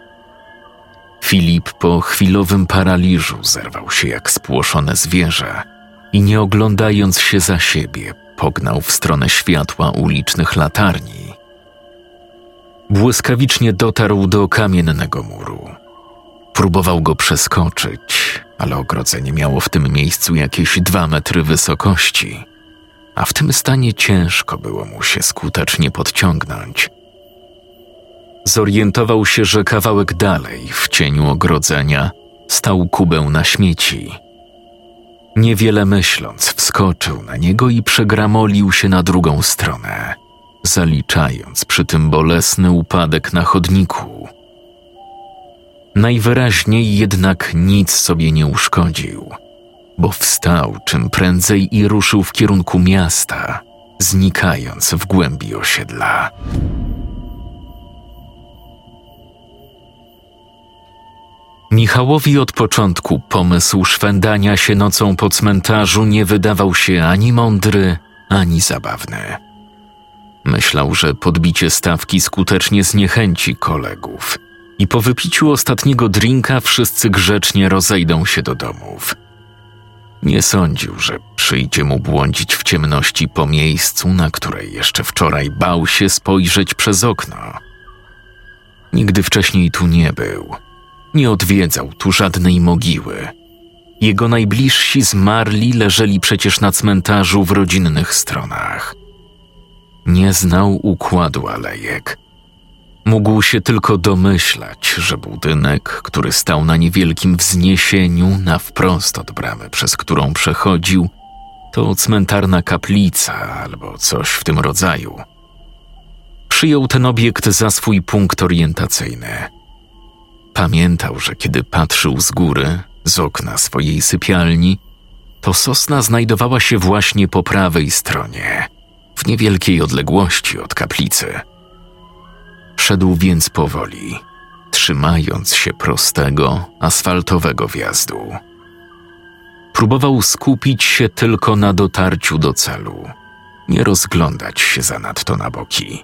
Filip po chwilowym paraliżu zerwał się jak spłoszone zwierzę i nie oglądając się za siebie, pognał w stronę światła ulicznych latarni. Błyskawicznie dotarł do kamiennego muru. Próbował go przeskoczyć, ale ogrodzenie miało w tym miejscu jakieś dwa metry wysokości, a w tym stanie ciężko było mu się skutecznie podciągnąć. Zorientował się, że kawałek dalej, w cieniu ogrodzenia, stał kubeł na śmieci. Niewiele myśląc, wskoczył na niego i przegramolił się na drugą stronę, zaliczając przy tym bolesny upadek na chodniku. Najwyraźniej jednak nic sobie nie uszkodził, bo wstał czym prędzej i ruszył w kierunku miasta, znikając w głębi osiedla. Michałowi od początku pomysł szwendania się nocą po cmentarzu nie wydawał się ani mądry, ani zabawny. Myślał, że podbicie stawki skutecznie zniechęci kolegów i po wypiciu ostatniego drinka wszyscy grzecznie rozejdą się do domów. Nie sądził, że przyjdzie mu błądzić w ciemności po miejscu, na której jeszcze wczoraj bał się spojrzeć przez okno. Nigdy wcześniej tu nie był. Nie odwiedzał tu żadnej mogiły. Jego najbliżsi zmarli leżeli przecież na cmentarzu w rodzinnych stronach. Nie znał układu alejek. Mógł się tylko domyślać, że budynek, który stał na niewielkim wzniesieniu na wprost od bramy, przez którą przechodził, to cmentarna kaplica albo coś w tym rodzaju. Przyjął ten obiekt za swój punkt orientacyjny. Pamiętał, że kiedy patrzył z góry, z okna swojej sypialni, to sosna znajdowała się właśnie po prawej stronie, w niewielkiej odległości od kaplicy. Szedł więc powoli, trzymając się prostego, asfaltowego wjazdu. Próbował skupić się tylko na dotarciu do celu, nie rozglądać się zanadto na boki.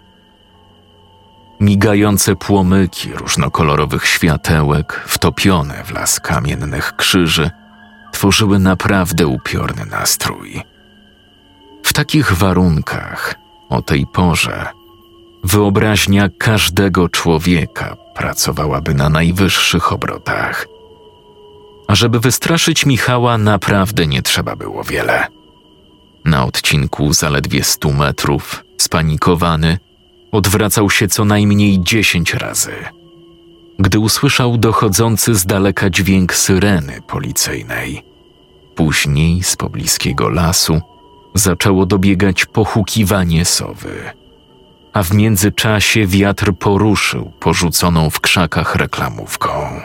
Migające płomyki różnokolorowych światełek, wtopione w las kamiennych krzyży, tworzyły naprawdę upiorny nastrój. W takich warunkach, o tej porze, wyobraźnia każdego człowieka pracowałaby na najwyższych obrotach. A żeby wystraszyć Michała, naprawdę nie trzeba było wiele. Na odcinku zaledwie stu metrów, spanikowany, odwracał się co najmniej dziesięć razy. Gdy usłyszał dochodzący z daleka dźwięk syreny policyjnej, później z pobliskiego lasu zaczęło dobiegać pochukiwanie sowy, a w międzyczasie wiatr poruszył porzuconą w krzakach reklamówką.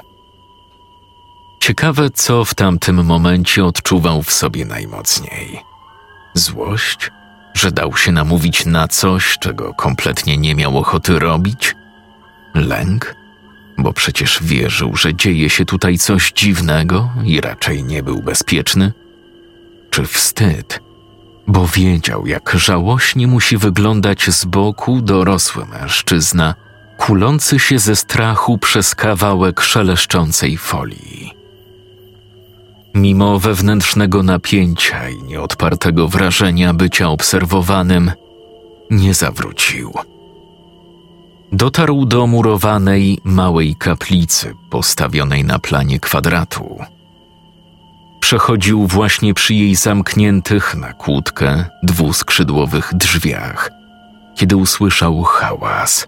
Ciekawe, co w tamtym momencie odczuwał w sobie najmocniej. Złość? Że dał się namówić na coś, czego kompletnie nie miał ochoty robić? Lęk? Bo przecież wierzył, że dzieje się tutaj coś dziwnego i raczej nie był bezpieczny? Czy wstyd? Bo wiedział, jak żałośnie musi wyglądać z boku dorosły mężczyzna, kulący się ze strachu przez kawałek szeleszczącej folii. Mimo wewnętrznego napięcia i nieodpartego wrażenia bycia obserwowanym, nie zawrócił. Dotarł do murowanej, małej kaplicy postawionej na planie kwadratu. Przechodził właśnie przy jej zamkniętych na kłódkę dwuskrzydłowych drzwiach, kiedy usłyszał hałas.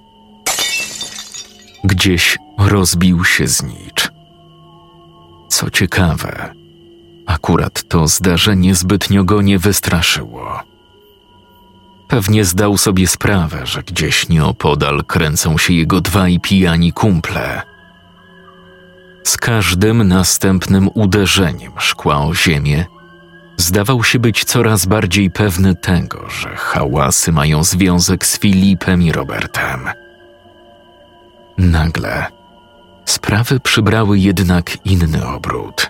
Gdzieś rozbił się znicz. Co ciekawe, akurat to zdarzenie zbytnio go nie wystraszyło. Pewnie zdał sobie sprawę, że gdzieś nieopodal kręcą się jego dwaj pijani kumple. Z każdym następnym uderzeniem szkła o ziemię zdawał się być coraz bardziej pewny tego, że hałasy mają związek z Filipem i Robertem. Nagle sprawy przybrały jednak inny obrót.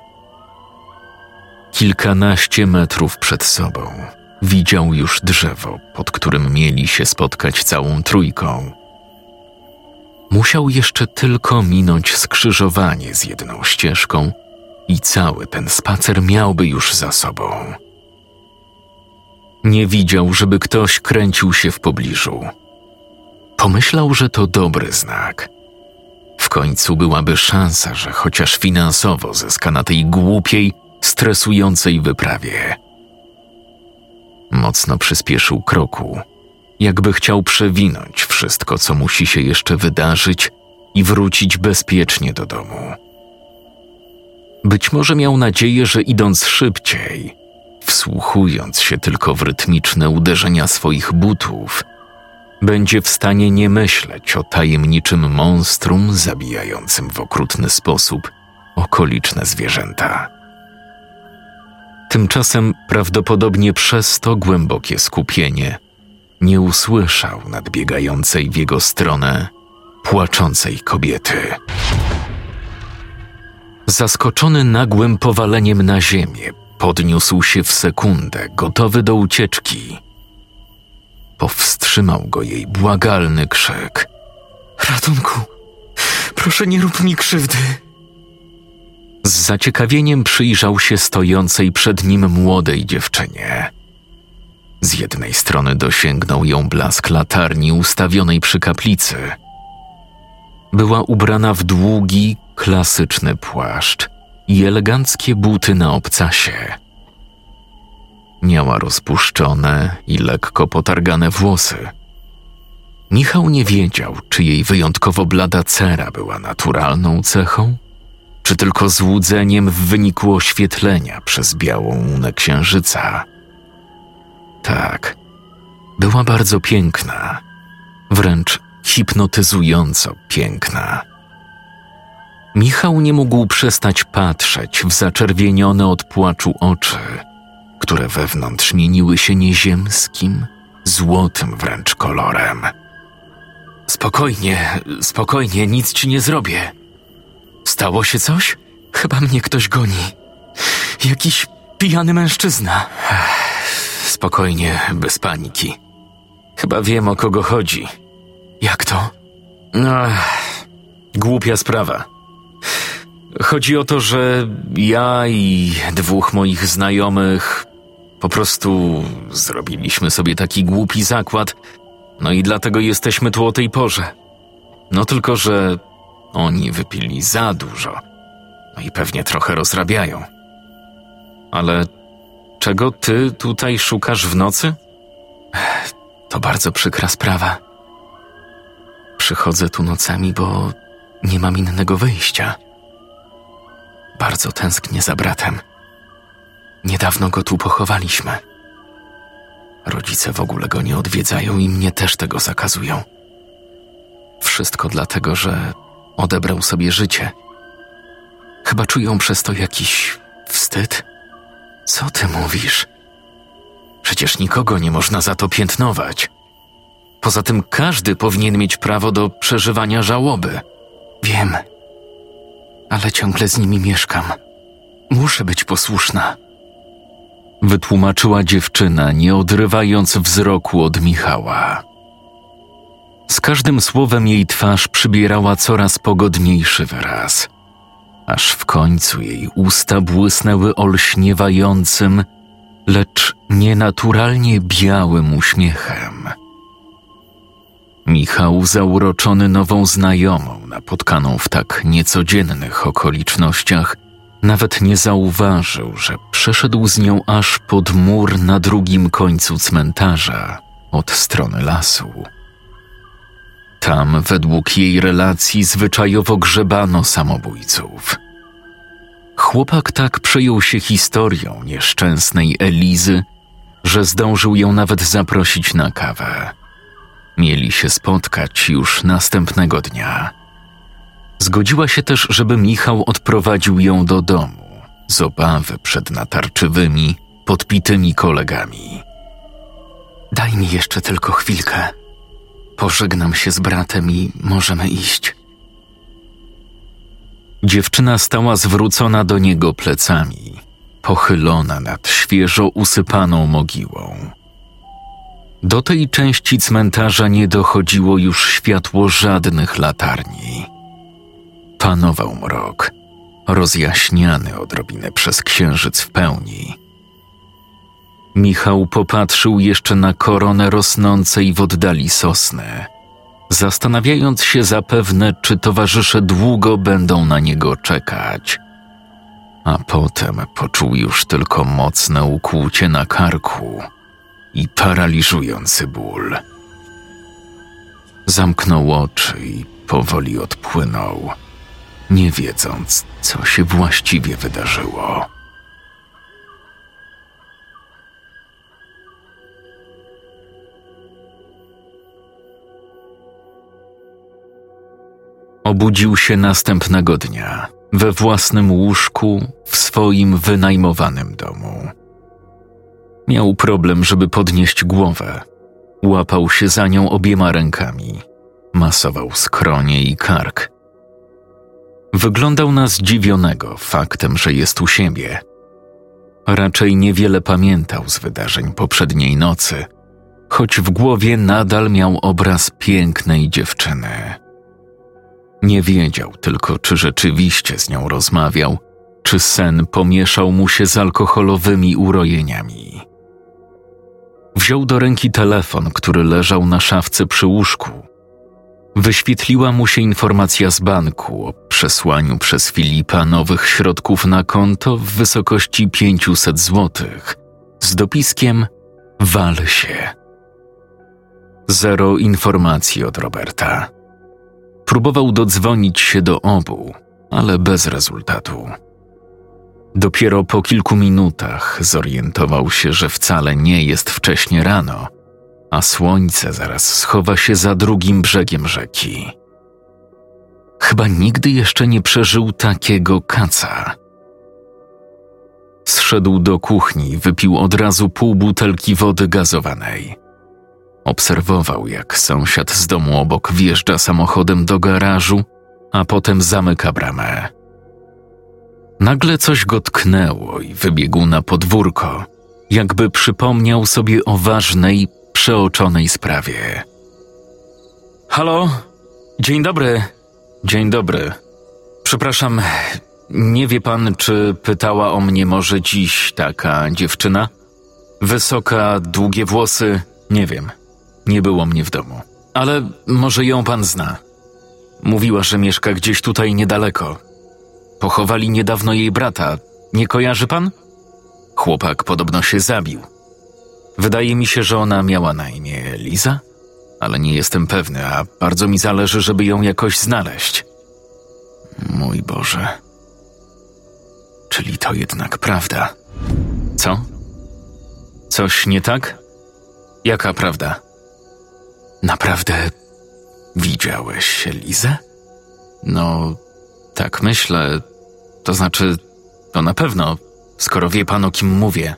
Kilkanaście metrów przed sobą widział już drzewo, pod którym mieli się spotkać całą trójką. Musiał jeszcze tylko minąć skrzyżowanie z jedną ścieżką i cały ten spacer miałby już za sobą. Nie widział, żeby ktoś kręcił się w pobliżu. Pomyślał, że to dobry znak. W końcu byłaby szansa, że chociaż finansowo zyska na tej głupiej, stresującej wyprawie. Mocno przyspieszył kroku, jakby chciał przewinąć wszystko, co musi się jeszcze wydarzyć i wrócić bezpiecznie do domu. Być może miał nadzieję, że idąc szybciej, wsłuchując się tylko w rytmiczne uderzenia swoich butów, będzie w stanie nie myśleć o tajemniczym monstrum zabijającym w okrutny sposób okoliczne zwierzęta. Tymczasem prawdopodobnie przez to głębokie skupienie nie usłyszał nadbiegającej w jego stronę płaczącej kobiety. Zaskoczony nagłym powaleniem na ziemię, podniósł się w sekundę, gotowy do ucieczki. Powstrzymał go jej błagalny krzyk. Ratunku! Proszę, nie rób mi krzywdy! Z zaciekawieniem przyjrzał się stojącej przed nim młodej dziewczynie. Z jednej strony dosięgnął ją blask latarni ustawionej przy kaplicy. Była ubrana w długi, klasyczny płaszcz i eleganckie buty na obcasie. Miała rozpuszczone i lekko potargane włosy. Michał nie wiedział, czy jej wyjątkowo blada cera była naturalną cechą, czy tylko złudzeniem w wyniku oświetlenia przez białą łunę księżyca. Tak, była bardzo piękna, wręcz hipnotyzująco piękna. Michał nie mógł przestać patrzeć w zaczerwienione od płaczu oczy, które wewnątrz mieniły się nieziemskim, złotym wręcz kolorem. Spokojnie, spokojnie, nic ci nie zrobię. Stało się coś? Chyba mnie ktoś goni. Jakiś pijany mężczyzna. Spokojnie, bez paniki. Chyba wiem, o kogo chodzi. Jak to? No, głupia sprawa. Chodzi o to, że ja i dwóch moich znajomych po prostu zrobiliśmy sobie taki głupi zakład, no i dlatego jesteśmy tu o tej porze. No tylko, że oni wypili za dużo, no i pewnie trochę rozrabiają. Ale czego ty tutaj szukasz w nocy? To bardzo przykra sprawa. Przychodzę tu nocami, bo nie mam innego wyjścia. Bardzo tęsknię za bratem. Niedawno go tu pochowaliśmy. Rodzice w ogóle go nie odwiedzają i mnie też tego zakazują. Wszystko dlatego, że odebrał sobie życie. Chyba czują przez to jakiś wstyd? Co ty mówisz? Przecież nikogo nie można za to piętnować. Poza tym każdy powinien mieć prawo do przeżywania żałoby. Wiem, ale ciągle z nimi mieszkam. Muszę być posłuszna. Wytłumaczyła dziewczyna, nie odrywając wzroku od Michała. Z każdym słowem jej twarz przybierała coraz pogodniejszy wyraz, aż w końcu jej usta błysnęły olśniewającym, lecz nienaturalnie białym uśmiechem. Michał, zauroczony nową znajomą, napotkaną w tak niecodziennych okolicznościach, nawet nie zauważył, że przeszedł z nią aż pod mur na drugim końcu cmentarza, od strony lasu. Tam, według jej relacji, zwyczajowo grzebano samobójców. Chłopak tak przejął się historią nieszczęsnej Elizy, że zdążył ją nawet zaprosić na kawę. Mieli się spotkać już następnego dnia. Zgodziła się też, żeby Michał odprowadził ją do domu, z obawy przed natarczywymi, podpitymi kolegami. Daj mi jeszcze tylko chwilkę. Pożegnam się z bratem i możemy iść. Dziewczyna stała zwrócona do niego plecami, pochylona nad świeżo usypaną mogiłą. Do tej części cmentarza nie dochodziło już światło żadnych latarni. Panował mrok, rozjaśniany odrobinę przez księżyc w pełni. Michał popatrzył jeszcze na koronę rosnącej w oddali sosny, zastanawiając się zapewne, czy towarzysze długo będą na niego czekać. A potem poczuł już tylko mocne ukłucie na karku i paraliżujący ból. Zamknął oczy i powoli odpłynął, nie wiedząc, co się właściwie wydarzyło. Obudził się następnego dnia we własnym łóżku w swoim wynajmowanym domu. Miał problem, żeby podnieść głowę. Łapał się za nią obiema rękami, masował skronie i kark. Wyglądał na zdziwionego faktem, że jest u siebie. Raczej niewiele pamiętał z wydarzeń poprzedniej nocy, choć w głowie nadal miał obraz pięknej dziewczyny. Nie wiedział tylko, czy rzeczywiście z nią rozmawiał, czy sen pomieszał mu się z alkoholowymi urojeniami. Wziął do ręki telefon, który leżał na szafce przy łóżku. Wyświetliła mu się informacja z banku o przesłaniu przez Filipa nowych środków na konto w wysokości pięćset złotych z dopiskiem „Wal się”. Zero informacji od Roberta. Próbował dodzwonić się do obu, ale bez rezultatu. Dopiero po kilku minutach zorientował się, że wcale nie jest wcześnie rano, a słońce zaraz schowa się za drugim brzegiem rzeki. Chyba nigdy jeszcze nie przeżył takiego kaca. Zszedł do kuchni i wypił od razu pół butelki wody gazowanej. Obserwował, jak sąsiad z domu obok wjeżdża samochodem do garażu, a potem zamyka bramę. Nagle coś go tknęło i wybiegł na podwórko, jakby przypomniał sobie o ważnej, przeoczonej sprawie. Halo? Dzień dobry. Dzień dobry. Przepraszam, nie wie pan, czy pytała o mnie może dziś taka dziewczyna? Wysoka, długie włosy, nie wiem. Nie było mnie w domu. Ale może ją pan zna. Mówiła, że mieszka gdzieś tutaj niedaleko. Pochowali niedawno jej brata. Nie kojarzy pan? Chłopak podobno się zabił. Wydaje mi się, że ona miała na imię Liza, ale nie jestem pewny, a bardzo mi zależy, żeby ją jakoś znaleźć. Mój Boże. Czyli to jednak prawda. Co? Coś nie tak? Jaka prawda? Naprawdę widziałeś Lizę? No, tak myślę. To znaczy, to na pewno, skoro wie pan, o kim mówię.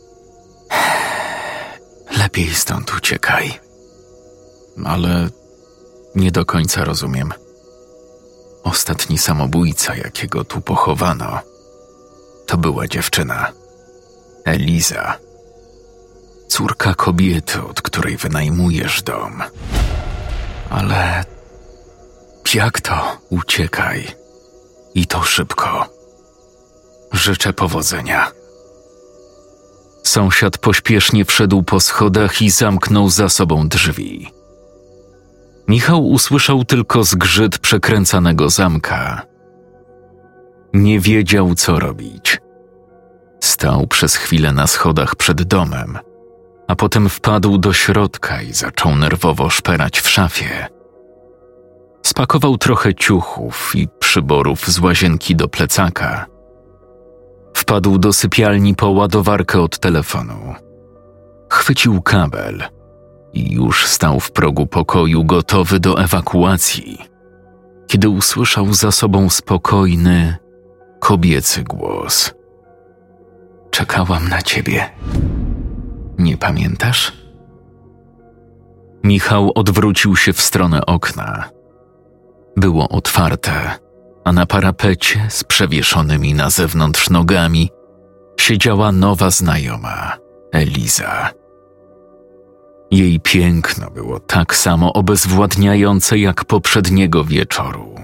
Lepiej stąd uciekaj. Ale nie do końca rozumiem. Ostatni samobójca, jakiego tu pochowano, to była dziewczyna. Eliza. Córka kobiety, od której wynajmujesz dom. Ale jak to? Uciekaj. I to szybko. Życzę powodzenia. Sąsiad pośpiesznie wszedł po schodach i zamknął za sobą drzwi. Michał usłyszał tylko zgrzyt przekręcanego zamka. Nie wiedział, co robić. Stał przez chwilę na schodach przed domem, a potem wpadł do środka i zaczął nerwowo szperać w szafie. Spakował trochę ciuchów i przyborów z łazienki do plecaka. Wpadł do sypialni po ładowarkę od telefonu. Chwycił kabel i już stał w progu pokoju gotowy do ewakuacji, kiedy usłyszał za sobą spokojny, kobiecy głos. Czekałam na ciebie. Nie pamiętasz? Michał odwrócił się w stronę okna. Było otwarte, a na parapecie z przewieszonymi na zewnątrz nogami siedziała nowa znajoma, Eliza. Jej piękno było tak samo obezwładniające jak poprzedniego wieczoru.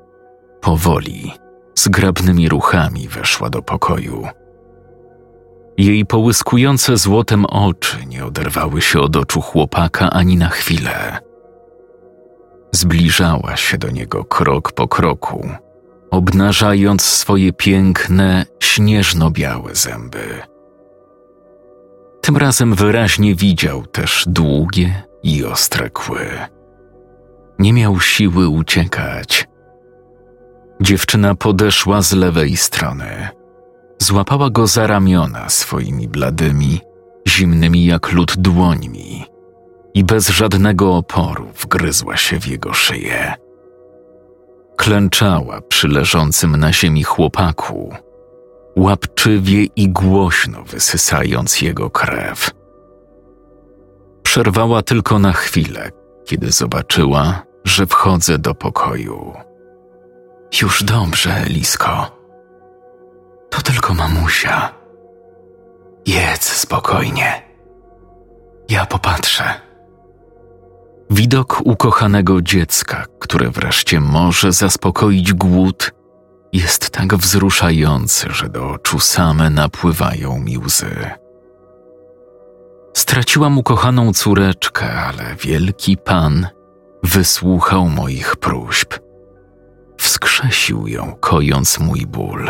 Powoli, zgrabnymi ruchami weszła do pokoju. Jej połyskujące złotem oczy nie oderwały się od oczu chłopaka ani na chwilę. Zbliżała się do niego krok po kroku, obnażając swoje piękne, śnieżno-białe zęby. Tym razem wyraźnie widział też długie i ostre kły. Nie miał siły uciekać. Dziewczyna podeszła z lewej strony. Złapała go za ramiona swoimi bladymi, zimnymi jak lód dłońmi i bez żadnego oporu wgryzła się w jego szyję. Klęczała przy leżącym na ziemi chłopaku, łapczywie i głośno wysysając jego krew. Przerwała tylko na chwilę, kiedy zobaczyła, że wchodzę do pokoju. Już dobrze, Elisko. To tylko mamusia. Jedz spokojnie. Ja popatrzę. Widok ukochanego dziecka, które wreszcie może zaspokoić głód, jest tak wzruszający, że do oczu same napływają mi łzy. Straciłam ukochaną córeczkę, ale wielki Pan wysłuchał moich próśb. Wskrzesił ją, kojąc mój ból.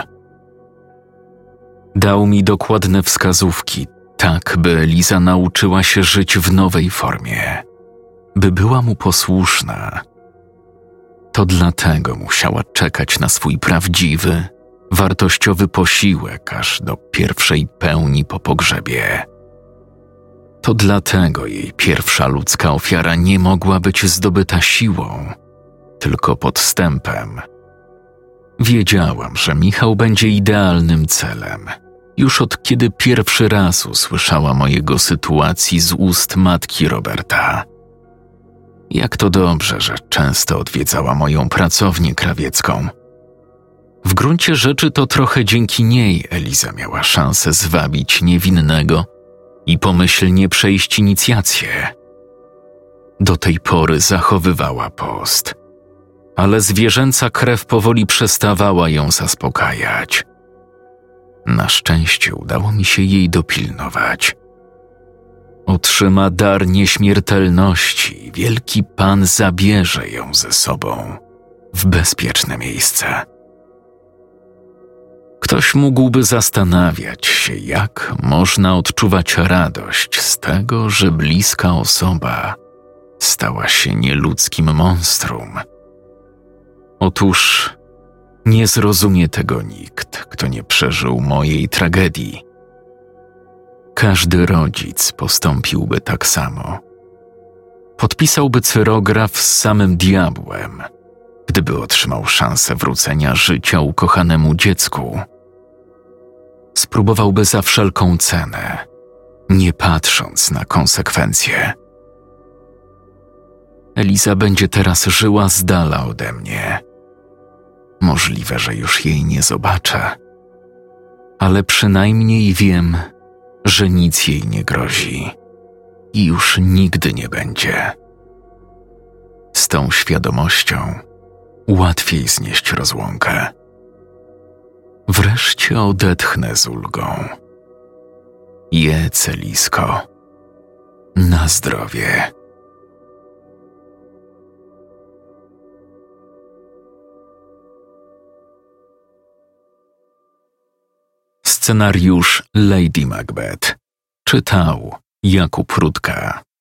Dał mi dokładne wskazówki, tak by Eliza nauczyła się żyć w nowej formie, by była mu posłuszna. To dlatego musiała czekać na swój prawdziwy, wartościowy posiłek aż do pierwszej pełni po pogrzebie. To dlatego jej pierwsza ludzka ofiara nie mogła być zdobyta siłą, tylko podstępem. Wiedziałam, że Michał będzie idealnym celem, już od kiedy pierwszy raz usłyszałam o jego sytuacji z ust matki Roberta. Jak to dobrze, że często odwiedzała moją pracownię krawiecką. W gruncie rzeczy to trochę dzięki niej Eliza miała szansę zwabić niewinnego i pomyślnie przejść inicjację. Do tej pory zachowywała post, ale zwierzęca krew powoli przestawała ją zaspokajać. Na szczęście udało mi się jej dopilnować. Otrzyma dar nieśmiertelności i wielki Pan zabierze ją ze sobą w bezpieczne miejsce. Ktoś mógłby zastanawiać się, jak można odczuwać radość z tego, że bliska osoba stała się nieludzkim monstrum. Otóż nie zrozumie tego nikt, kto nie przeżył mojej tragedii. Każdy rodzic postąpiłby tak samo. Podpisałby cyrograf z samym diabłem, gdyby otrzymał szansę wrócenia życia ukochanemu dziecku. Spróbowałby za wszelką cenę, nie patrząc na konsekwencje. Eliza będzie teraz żyła z dala ode mnie. Możliwe, że już jej nie zobaczę, ale przynajmniej wiem, że nic jej nie grozi i już nigdy nie będzie. Z tą świadomością łatwiej znieść rozłąkę. Wreszcie odetchnę z ulgą. Jedz, Elisko. Na zdrowie. Scenariusz Lady Macbeth czytał Jakub Rutka.